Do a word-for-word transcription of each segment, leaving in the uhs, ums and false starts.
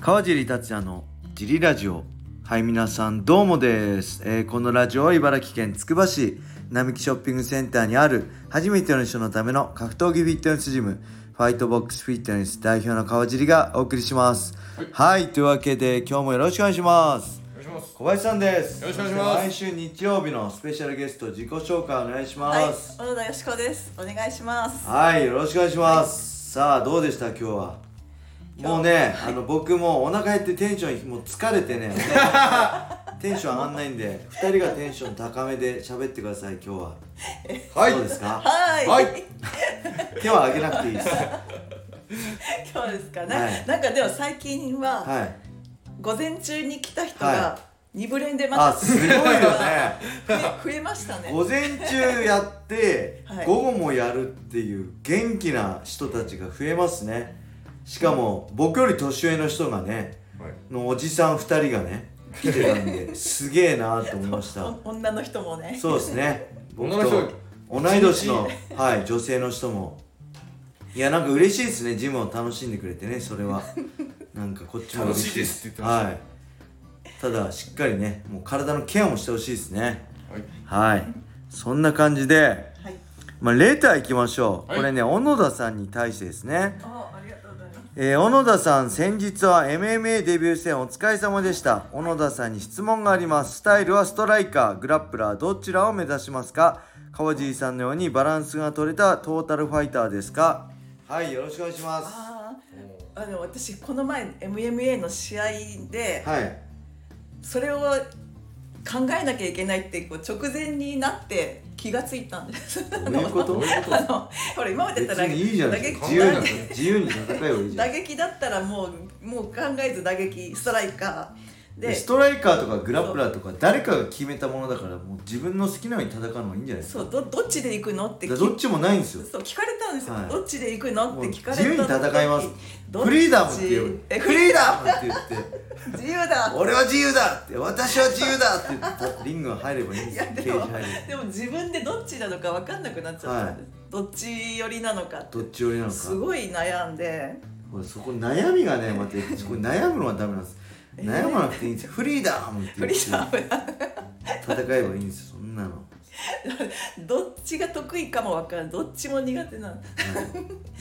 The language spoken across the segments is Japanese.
川尻達也のジリラジオ。はい、皆さんどうもです、えー、このラジオは茨城県つくば市並木ショッピングセンターにある初めての人のための格闘技フィットネスジム、ファイトボックスフィットネス代表の川尻がお送りします。はい、はい、というわけで今日もよろしくお願いします。小林さんです。 よろしくお願いします。 毎週日曜日のスペシャルゲスト自己紹介お願いします。 はい、小野田よしこです。お願いします。 はい、よろしくお願いします。はい、さあどうでした今日は。もうね、はい、あの僕もお腹減ってテンションもう疲れてねテンション上がんないんでふたりがテンション高めで喋ってください今日は。はい、どうですか。 はい、 はい、手は上げなくていいです今日ですかね、はい、なんかでも最近は、はい、午前中に来た人がにぶれんでまた、 あ、すごいよね増えましたね。 午前中やって、はい、午後もやるっていう元気な人たちが増えますね。しかも僕より年上の人がね、はい、のおじさんふたりがね来てたんですげえなと思いました。 女の人もね。 そうですね、僕と同い年の、はい、女性の人も。いや、なんか嬉しいですね、ジムを楽しんでくれてね。それはなんかこっちも嬉しいです。 楽しいですって言ってました、はい、 ただしっかりね、もう体のケアもしてほしいですね。はい、はい、そんな感じで、はい、まあ、レターいきましょう。はい、これね、小野田さんに対してですね。えー、小野田さん、先日は エムエムエー デビュー戦お疲れ様でした。小野田さんに質問があります。スタイルはストライカー、グラップラー、どちらを目指しますか？川尻さんのようにバランスが取れたトータルファイターですか？はい、よろしくお願いします。 ああの私この前 エムエムエー の試合で、はい、それを考えなきゃいけないってこう直前になって気がついたんです。 どういうこと？ あのほら今までだったら別にいいじゃないですか。自由な自由に戦えばいいじゃん。 打撃だったらもうもう考えず打撃ストライカーで、 ストライカーとかグラップラーとか誰かが決めたものだから、もう自分の好きなように戦うのがいいんじゃないですか。 そう、どどっちで行くのってどっちもないんですよ。 そう聞かれたんですよ、はい、どっちで行くのって聞かれた。 自由に戦います。フリーダムって言う。フリーダムって言って自由だ、 俺は自由だって、私は自由だって言ってリングが入ればいいんですよ。 いやでもでも自分でどっちなのか分かんなくなっちゃったんです、はい、どっち寄りなのかってどっち寄りなのかすごい悩んで、 そこ悩みがね、待って、そこ悩むのはダメなんです。悩まなくていいんですよ。フリーダムって言って戦えばいいんですよ、そんなの。 どっちが得意かも分からん、どっちも苦手なの、はい、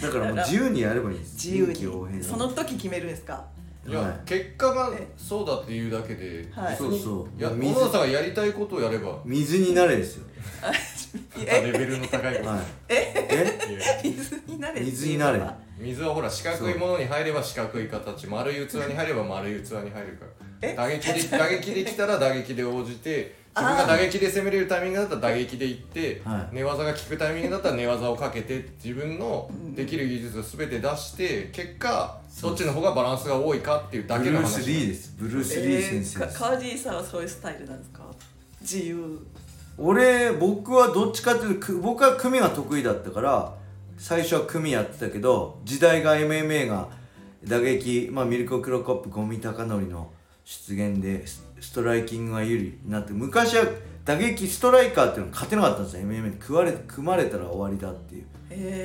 だからもう自由にやればいいんです。 自由にその時決めるんですか？ いや、はい、結果がそうだっていうだけで、 はい、そうそう、 いや、小野田さんがやりたいことをやれば水になれですよレベルの高いこと、はい、 ええ水になれ水になれ。 水はほら四角いものに入れば四角い形、丸い器に入れば丸い器に入るから打撃で打撃できたら打撃で応じて、自分が打撃で攻めれるタイミングだったら打撃でいって、はい、寝技が効くタイミングだったら寝技をかけて自分のできる技術を全て出して、結果どっちの方がバランスが多いかっていうだけの話。 ブルース・リーです。ブルース・リー先生です。 川尻さんはそういうスタイルなんですか？自由。 俺僕はどっちかっていうと、僕は組が得意だったから最初は組やってたけど、時代が エムエムエー が打撃、まあ、ミルコ・クロコップ、五味隆則の出現でストライキングが有利になって、昔は打撃ストライカーっていうの勝てなかったんですよ。 エムエムエー に組まれ組まれたら終わりだっていう、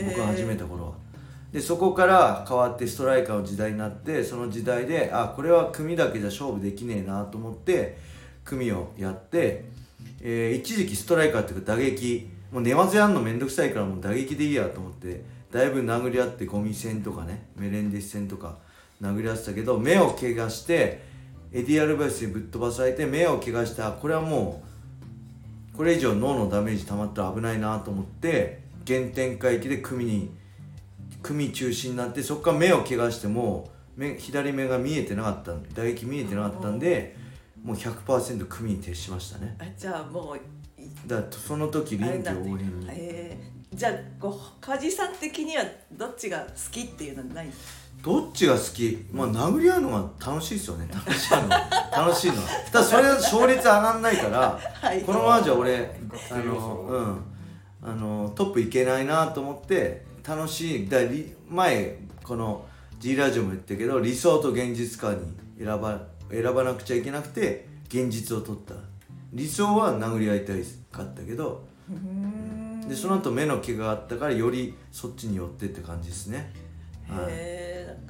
僕が始めた頃は。でそこから変わってストライカーの時代になって、その時代であこれは組だけじゃ勝負できねえなと思って組をやって、えー、一時期ストライカーっていうか打撃、もう寝技やんのめんどくさいからもう打撃でいいやと思ってだいぶ殴り合って、ゴミ戦とかね、メレンデス戦とか殴り合ってたけど、目を怪我してエディ・アルバイスにぶっ飛ばされて目を怪我して、あこれはもうこれ以上脳のダメージ溜まったら危ないなと思って原点回帰で組に組中心になって、そこから目を怪我しても目左目が見えてなかった、打撃見えてなかったんで、もう ひゃくパーセント 組に徹しましたね。 あじゃあもうだからその時臨機応変に、 えー、じゃあこう川尻さん的にはどっちが好きっていうのはないんですか？ どっちが好き？まあ殴り合うのが楽しいですよね。楽しいの楽しいのはただそれは勝率上がんないから、はい、このままじゃ俺あの、うん、あのトップいけないなと思って楽しいだ前この G ラジオも言ったけど、理想と現実かに選ば選ばなくちゃいけなくて現実を取った。理想は殴り合いたいかったけど、でその後目の怪我があったからよりそっちに寄ってって感じですね。 へえ、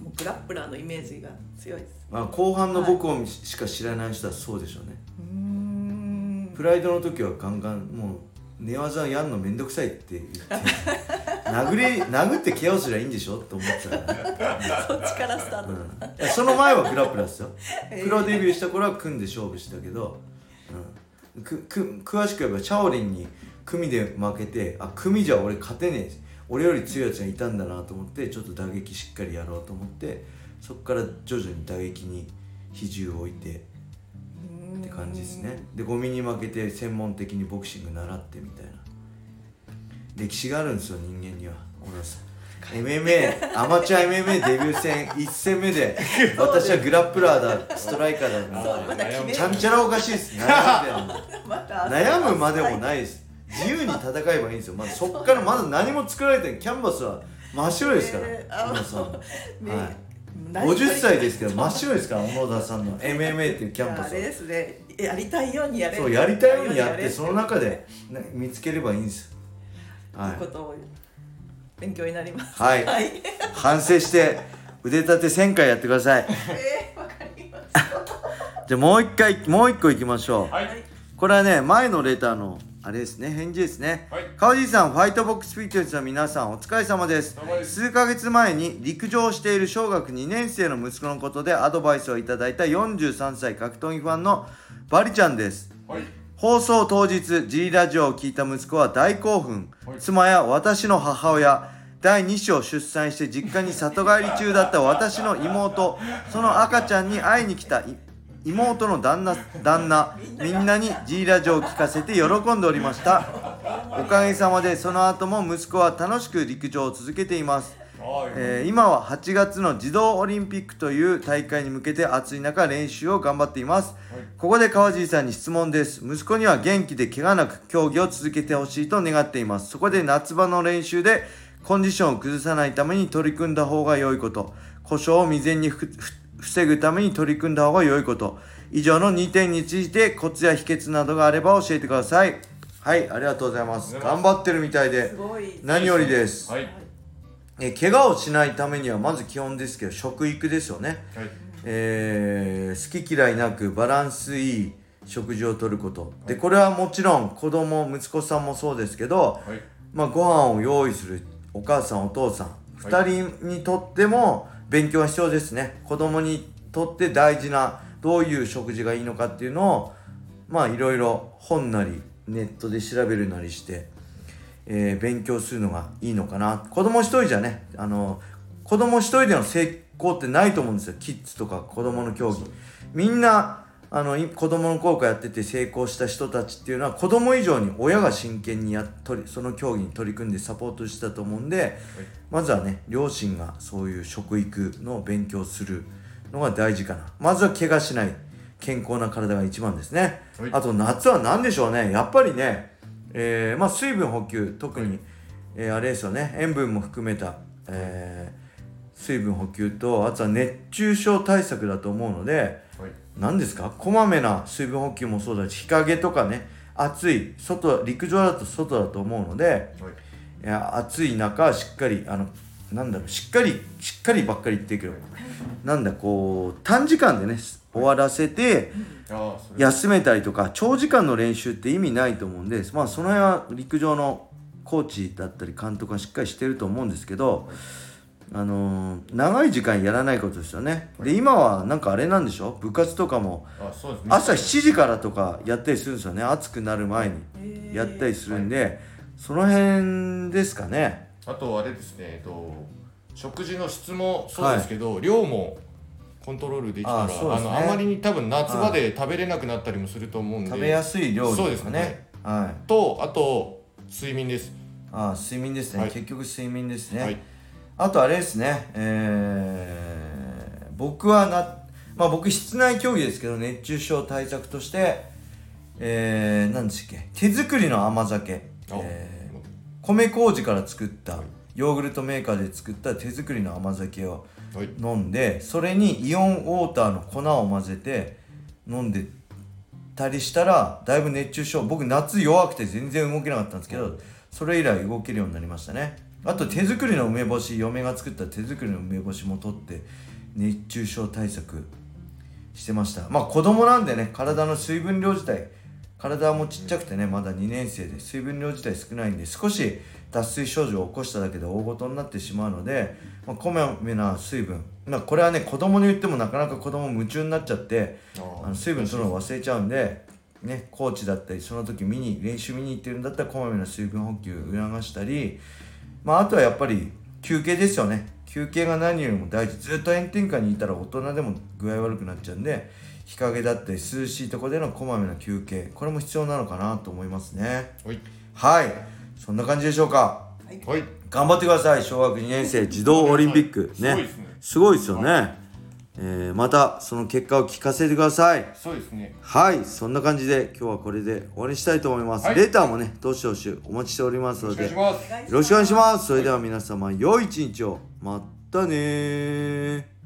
うグラップラーのイメージが強いです。 まあ、後半の僕をしか知らない人はそうでしょうね、 うーんプライドの時はガンガンもう寝技やんのめんどくさいって言って殴り殴ってケアをすりゃいいんでしょって思ってたから、ね、 そっちからスタート、 うん、いやその前はグラップラーですよプロデビューした頃は組んで勝負したけど、うん、くく詳しく言えばチャオリンに組で負けて、あ組じゃ俺勝てねえ、俺より強いやつがいたんだなと思って、ちょっと打撃しっかりやろうと思って、そこから徐々に打撃に比重を置いてって感じですね。でゴミに負けて専門的にボクシング習ってみたいな歴史があるんですよ、人間には。小野さん エムエムエー アマチュア エムエムエー デビュー戦いち戦目で私はグラップラーだストライカーだそうまだ決めちゃんちゃらおかしいです悩んでんのまた悩むまでもないです。自由に戦えばいいんですよ。まだそっからまだ何も作られてないキャンバスは真っ白ですから、 えー、 小野さん、 ねはい、ごじゅっさいですけど真っ白ですから、小野田さんの エムエムエー っていうキャンパスは。 あれですね、やりたいようにやれる。 そうやりたいようにやってその中で、ね、見つければいいんですよ。はい、 ということを勉強になります。 はい、はい、反省して腕立てせんかいやってください。 えー、わかります。 じゃあもう一回もう一個いきましょう。 はい、 これはね前のレターのあれですね、返事ですね。 はい、 川地さん、ファイトボックスフィットネスの皆さんお疲れ様です。数ヶ月前に陸上をしている小学にねん生の息子のことでアドバイスをいただいたよんじゅうさんさい格闘技ファンのバリちゃんです。 はい、 放送当日 G ラジオを聞いた息子は大興奮、 はい、 妻や私の母親、だいに子を出産して実家に里帰り中だった私の妹、その赤ちゃんに会いに来た妹の旦那、旦那、みんなに G ラジオを聞かせて喜んでおりました。おかげさまでその後も息子は楽しく陸上を続けています。えー、今ははちがつの児童オリンピックという大会に向けて暑い中練習を頑張っています。ここで川尻さんに質問です。息子には元気で怪我なく競技を続けてほしいと願っています。そこで夏場の練習でコンディションを崩さないために取り組んだ方が良いこと、故障を未然にふ防ぐために取り組んだ方が良いこと、以上のにてんについてコツや秘訣などがあれば教えてください。はい、ありがとうございます。頑張ってるみたいで何よりです。はい、え怪我をしないためにはまず基本ですけど食育ですよね。はい、えー、好き嫌いなくバランスいい食事をとること、はい、でこれはもちろん子供息子さんもそうですけど、はい、まあ、ご飯を用意するお母さんお父さん、ふたりにとっても勉強は必要ですね。子供にとって大事などういう食事がいいのかっていうのをまあいろいろ本なりネットで調べるなりして、えー、勉強するのがいいのかな。子供一人じゃね、あの子供一人での成功ってないと思うんですよ。キッズとか子供の競技、みんなあの子供の頃からやってて成功した人たちっていうのは子供以上に親が真剣にやっとりその競技に取り組んでサポートしたと思うんで、はい、まずはね両親がそういう食育の勉強するのが大事かな。まずは怪我しない健康な体が一番ですね。はい、あと夏は何でしょうね、やっぱりね、えー、まあ水分補給、特に、はい、えー、あれですよね、塩分も含めた、えー、水分補給と、あとは熱中症対策だと思うので、はい、何ですか、こまめな水分補給もそうだし、日陰とかね、暑い外、陸上だと外だと思うので、はい、いや暑い中しっかりあのなんだろうしっかりしっかりばっかり言ってるけど、なんだこう短時間でね終わらせて休めたりとか、長時間の練習って意味ないと思うんで、まあその辺は陸上のコーチだったり監督がしっかりしてると思うんですけど、あのー、長い時間やらないことですよね。で今はなんかあれなんでしょ、部活とかも朝しちじからとかやったりするんですよね。暑くなる前にやったりするんで、その辺ですかね。 あとあれですね、えっと、食事の質もそうですけど、はい、量もコントロールできたら あ, そうですね、あのあまりに多分夏場で食べれなくなったりもすると思うんで、 食べやすい量ですね。 そうですね、 はい、 とあと睡眠です。 あ睡眠ですね、はい、結局睡眠ですね、はい、あとあれですね、えー、僕はな、まあ、僕室内競技ですけど熱中症対策として、えー、何でしたっけ、手作りの甘酒、えー米麹から作ったヨーグルトメーカーで作った手作りの甘酒を飲んで、はい、それにイオンウォーターの粉を混ぜて飲んでたりしたらだいぶ熱中症、僕夏弱くて全然動けなかったんですけど、それ以来動けるようになりましたね。 あと手作りの梅干し、嫁が作った手作りの梅干しも取って熱中症対策してました。まあ子供なんでね、体の水分量自体、体もちっちゃくてね、まだにねん生で水分量自体少ないんで、少し脱水症状を起こしただけで大ごとになってしまうので、まあ、こまめな水分、まあ、これはね子供に言ってもなかなか子供夢中になっちゃってあの水分取るの忘れちゃうんで、ね、コーチだったりその時見に練習見に行ってるんだったらこまめな水分補給促したり、まあ、あとはやっぱり休憩ですよね。休憩が何よりも大事。ずっと炎天下にいたら大人でも具合悪くなっちゃうんで、日陰だったり涼しいところでのこまめな休憩、これも必要なのかなと思いますね。 はい、 はい、そんな感じでしょうか。 はい、 頑張ってください。小学にねん生児童オリンピックね、すごいですよね、はい、えー、またその結果を聞かせてください。 そうですね。 はい、そんな感じで今日はこれで終わりにしたいと思います、はい、レターもねどしどしお待ちしておりますのでよろしくお願いします。それでは皆様良い一日を。またねー。